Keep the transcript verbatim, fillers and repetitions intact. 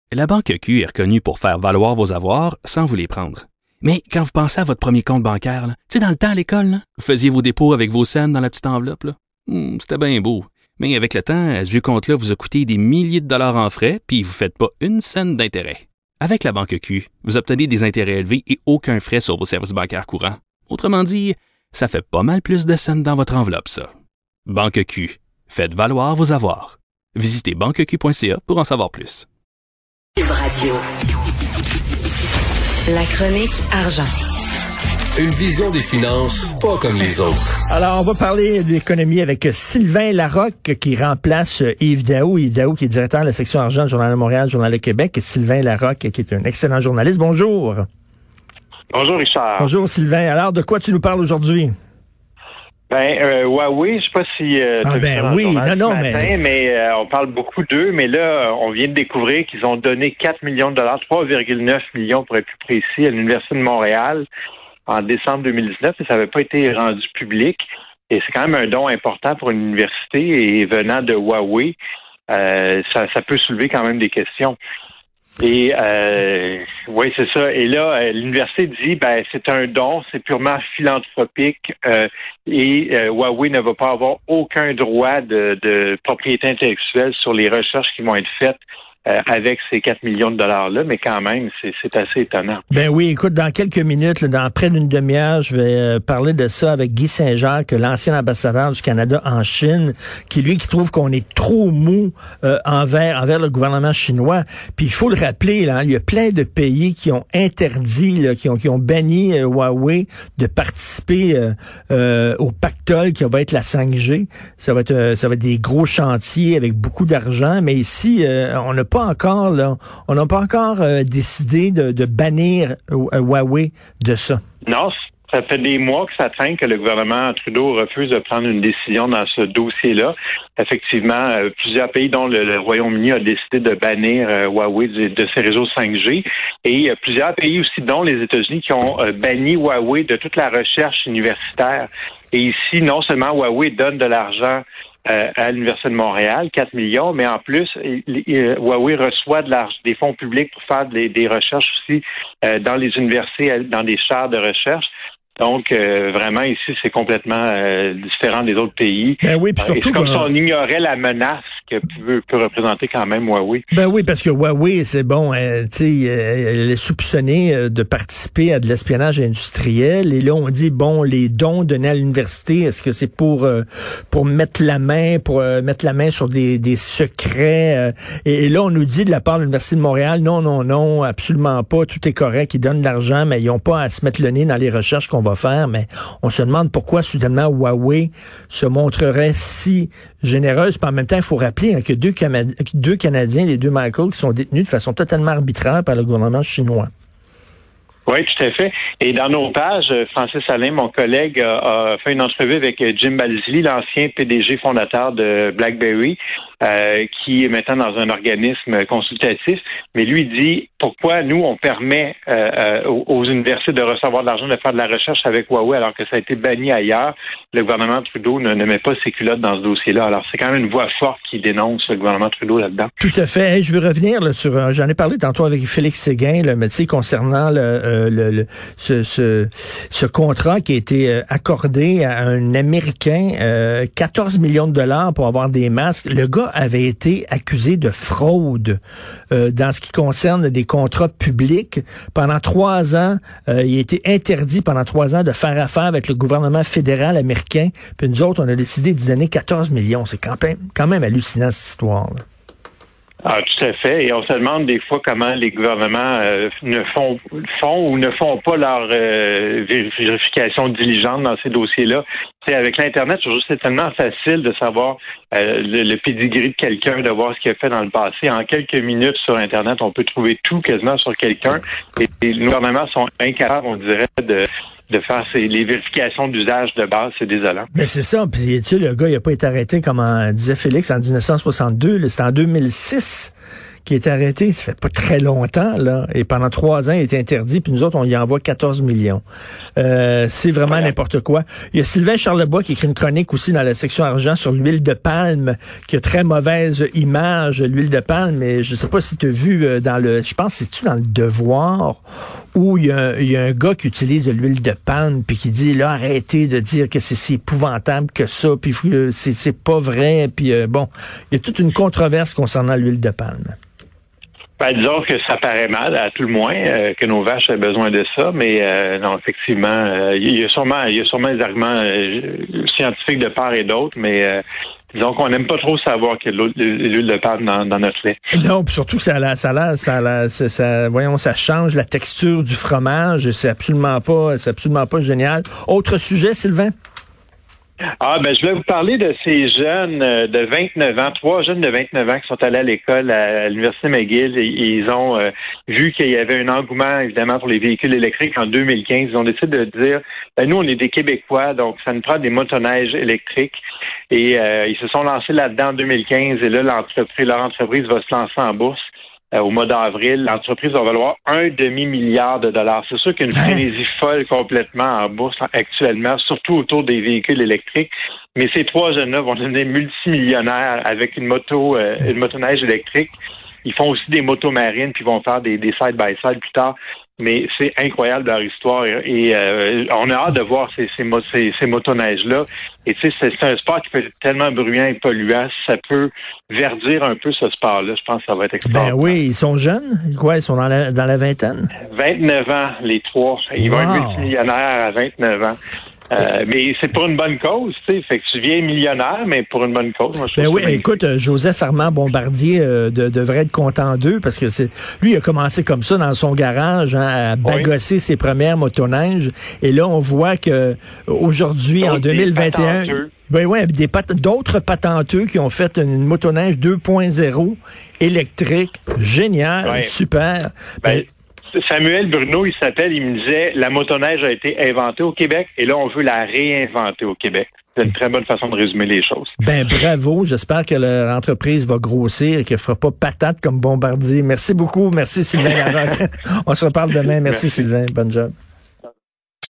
La Banque Q est reconnue pour faire valoir vos avoirs sans vous les prendre. Mais quand vous pensez à votre premier compte bancaire, tu sais, dans le temps à l'école, là, vous faisiez vos dépôts avec vos scènes dans la petite enveloppe. Là. Hum, c'était bien beau. Mais avec le temps, ce vieux compte-là vous a coûté des milliers de dollars en frais, puis vous ne faites pas une scène d'intérêt. Avec la Banque Q, vous obtenez des intérêts élevés et aucun frais sur vos services bancaires courants. Autrement dit, ça fait pas mal plus de scènes dans votre enveloppe, ça. Banque Q. Faites valoir vos avoirs. Visitez banque q point c a pour en savoir plus. Cube Radio. La chronique argent. Une vision des finances pas comme les autres. Alors, on va parler de l'économie avec Sylvain Larocque qui remplace Yves Daou. Yves Daou qui est directeur de la section argent du Journal de Montréal, Journal de Québec. Et Sylvain Larocque qui est un excellent journaliste. Bonjour. Bonjour Richard. Bonjour Sylvain. Alors, de quoi tu nous parles aujourd'hui? Ben, euh, Huawei, je sais pas si euh, ah ben oui, non, non, matin, mais, mais euh, on parle beaucoup d'eux, mais là, on vient de découvrir qu'ils ont donné quatre millions de dollars, trois virgule neuf millions pour être plus précis, à l'Université de Montréal en décembre deux mille dix-neuf, et ça n'avait pas été rendu public. Et c'est quand même un don important pour une université, et venant de Huawei, euh, ça, ça peut soulever quand même des questions. Et euh, oui, c'est ça. Et là, euh, l'université dit, ben c'est un don, c'est purement philanthropique, euh, et euh, Huawei ne va pas avoir aucun droit de, de propriété intellectuelle sur les recherches qui vont être faites euh, avec ces quatre millions de dollars-là, mais quand même, c'est, c'est assez étonnant. Ben oui, écoute, dans quelques minutes, là, dans près d'une demi-heure, je vais euh, parler de ça avec Guy Saint-Jacques, l'ancien ambassadeur du Canada en Chine, qui lui, qui trouve qu'on est trop mou euh, envers envers le gouvernement chinois. Puis il faut le rappeler, là, il y a plein de pays qui ont interdit, là, qui ont qui ont banni euh, Huawei de participer euh, euh, au pactole qui va être la cinq G. Ça va être euh, ça va être des gros chantiers avec beaucoup d'argent, mais ici, euh, on n'a pas encore, là, on n'a pas encore euh, décidé de, de bannir euh, Huawei de ça. Non, ça fait des mois que ça traîne que le gouvernement Trudeau refuse de prendre une décision dans ce dossier-là. Effectivement, euh, plusieurs pays, dont le, le Royaume-Uni, a décidé de bannir euh, Huawei de, de ses réseaux cinq G. Et il y a plusieurs pays aussi, dont les États-Unis, qui ont euh, banni Huawei de toute la recherche universitaire. Et ici, non seulement Huawei donne de l'argent Euh, à l'Université de Montréal, quatre millions, mais en plus, il, il, Huawei reçoit de l'argent, des fonds publics pour faire des, des recherches aussi euh, dans les universités, dans des chaires de recherche. Donc, euh, vraiment, ici, c'est complètement euh, différent des autres pays. Ben oui, puis surtout, euh, c'est comme ben, si on ignorait la menace que peut, peut représenter quand même Huawei. Ben oui, parce que Huawei, c'est bon, euh, tu sais, euh, elle est soupçonnée euh, de participer à de l'espionnage industriel. Et là, on dit, bon, les dons donnés à l'université, est-ce que c'est pour euh, pour mettre la main, pour euh, mettre la main sur des, des secrets? Euh, et, et là, on nous dit de la part de l'Université de Montréal, non, non, non, absolument pas, tout est correct, ils donnent de l'argent, mais ils n'ont pas à se mettre le nez dans les recherches qu'on va faire. Mais on se demande pourquoi, soudainement, Huawei se montrerait si généreuse. Puis en même temps, il faut rappeler hein, que deux, Canadi- deux Canadiens, les deux Michael, qui sont détenus de façon totalement arbitraire par le gouvernement chinois. Oui, tout à fait. Et dans nos pages, Francis Alain, mon collègue, a, a fait une entrevue avec Jim Balsillie, l'ancien P D G fondateur de BlackBerry, euh, qui est maintenant dans un organisme consultatif. Mais lui dit, pourquoi nous, on permet euh, euh, aux, aux universités de recevoir de l'argent, de faire de la recherche avec Huawei, alors que ça a été banni ailleurs. Le gouvernement Trudeau ne, ne met pas ses culottes dans ce dossier-là. Alors, c'est quand même une voix forte qui dénonce le gouvernement Trudeau là-dedans. Tout à fait. Hey, je veux revenir là, sur... Euh, j'en ai parlé tantôt avec Félix Séguin, là, mais tu sais, concernant le... Euh, Le, le, ce, ce, ce contrat qui a été euh, accordé à un Américain, euh, quatorze millions de dollars pour avoir des masques. Le gars avait été accusé de fraude euh, dans ce qui concerne des contrats publics. Pendant trois ans, euh, il a été interdit pendant trois ans de faire affaire avec le gouvernement fédéral américain. Puis nous autres, on a décidé d'y donner quatorze millions. C'est quand même, quand même hallucinant, cette histoire, là. Ah, tout à fait. Et on se demande des fois comment les gouvernements euh, ne font font ou ne font pas leur euh, vérification diligente dans ces dossiers-là. Tu sais, avec l'Internet, c'est tellement facile de savoir euh, le, le pedigree de quelqu'un, de voir ce qu'il a fait dans le passé. En quelques minutes sur Internet, on peut trouver tout quasiment sur quelqu'un. Et, et les gouvernements sont incapables, on dirait, de de faire ces, les vérifications d'usage de base. C'est désolant. Mais c'est ça. Puis, tu sais, le gars, il n'a pas été arrêté, comme en disait Félix, en dix-neuf cent soixante-deux. Là, c'était en deux mille six qui est arrêté, ça fait pas très longtemps, là, et pendant trois ans, il est interdit, puis nous autres, on y envoie quatorze millions. Euh, c'est vraiment ouais. n'importe quoi. Il y a Sylvain Charlebois qui écrit une chronique aussi dans la section argent sur l'huile de palme, qui a très mauvaise image, l'huile de palme, mais je sais pas si tu as vu dans le, je pense, c'est-tu dans le Devoir, où il y a, il y a un gars qui utilise de l'huile de palme, puis qui dit, là, arrêtez de dire que c'est si épouvantable que ça, puis c'est, c'est pas vrai, puis euh, bon, il y a toute une controverse concernant l'huile de palme. Ben, disons que ça paraît mal, à tout le moins, euh, que nos vaches aient besoin de ça, mais euh, non, effectivement, euh, il y a sûrement il y a sûrement des arguments euh, scientifiques de part et d'autre, mais euh, disons qu'on n'aime pas trop savoir qu'il y a de l'huile de palme dans, dans notre lait. Non, puis surtout que ça a ça a ça a ça, ça voyons, ça change la texture du fromage, c'est absolument pas c'est absolument pas génial. Autre sujet, Sylvain? Ah, ben, je voulais vous parler de ces jeunes de vingt-neuf ans, trois jeunes de vingt-neuf ans qui sont allés à l'école à l'Université McGill et ils ont euh, vu qu'il y avait un engouement, évidemment, pour les véhicules électriques en deux mille quinze. Ils ont décidé de dire, ben, nous, on est des Québécois, donc ça nous prend des motoneiges électriques. Et euh, ils se sont lancés là-dedans en deux mille quinze et là, l'entreprise, leur entreprise va se lancer en bourse. Euh, au mois d'avril, l'entreprise va valoir un demi-milliard de dollars. C'est sûr qu'il y a une frénésie folle complètement en bourse actuellement, surtout autour des véhicules électriques. Mais ces trois jeunes-là vont devenir multimillionnaires avec une moto, euh, une motoneige électrique. Ils font aussi des motos marines, puis ils vont faire des, des side-by-side plus tard. Mais c'est incroyable leur histoire et euh, on a hâte de voir ces, ces, ces, ces motoneiges-là. Et tu sais, c'est, c'est un sport qui peut être tellement bruyant et polluant. Ça peut verdir un peu ce sport-là. Je pense que ça va être extraordinaire. Ben oui, ils sont jeunes. Quoi, ils sont dans la, dans la vingtaine? vingt-neuf ans, les trois. Ils wow. vont être multimillionnaires à vingt-neuf ans. Euh, mais c'est pour une bonne cause, tu sais. Fait que tu viens millionnaire, mais pour une bonne cause. Moi, je ben oui, écoute, euh, Joseph Armand Bombardier euh, de, devrait être content d'eux parce que c'est lui il a commencé comme ça dans son garage hein, à bagosser oui. ses premières motoneiges. Et là, on voit que aujourd'hui, donc, en deux mille vingt et un, ben ouais, des pat- d'autres patenteux qui ont fait une motoneige deux point zéro électrique, génial, ouais. super. Ben, ben, Samuel Bruno, il s'appelle, il me disait, la motoneige a été inventée au Québec et là, on veut la réinventer au Québec. C'est une très bonne façon de résumer les choses. Ben bravo, j'espère que leur entreprise va grossir et qu'elle ne fera pas patate comme Bombardier. Merci beaucoup, merci Sylvain Larocque. On se reparle demain. Merci, merci. Sylvain, bonne job.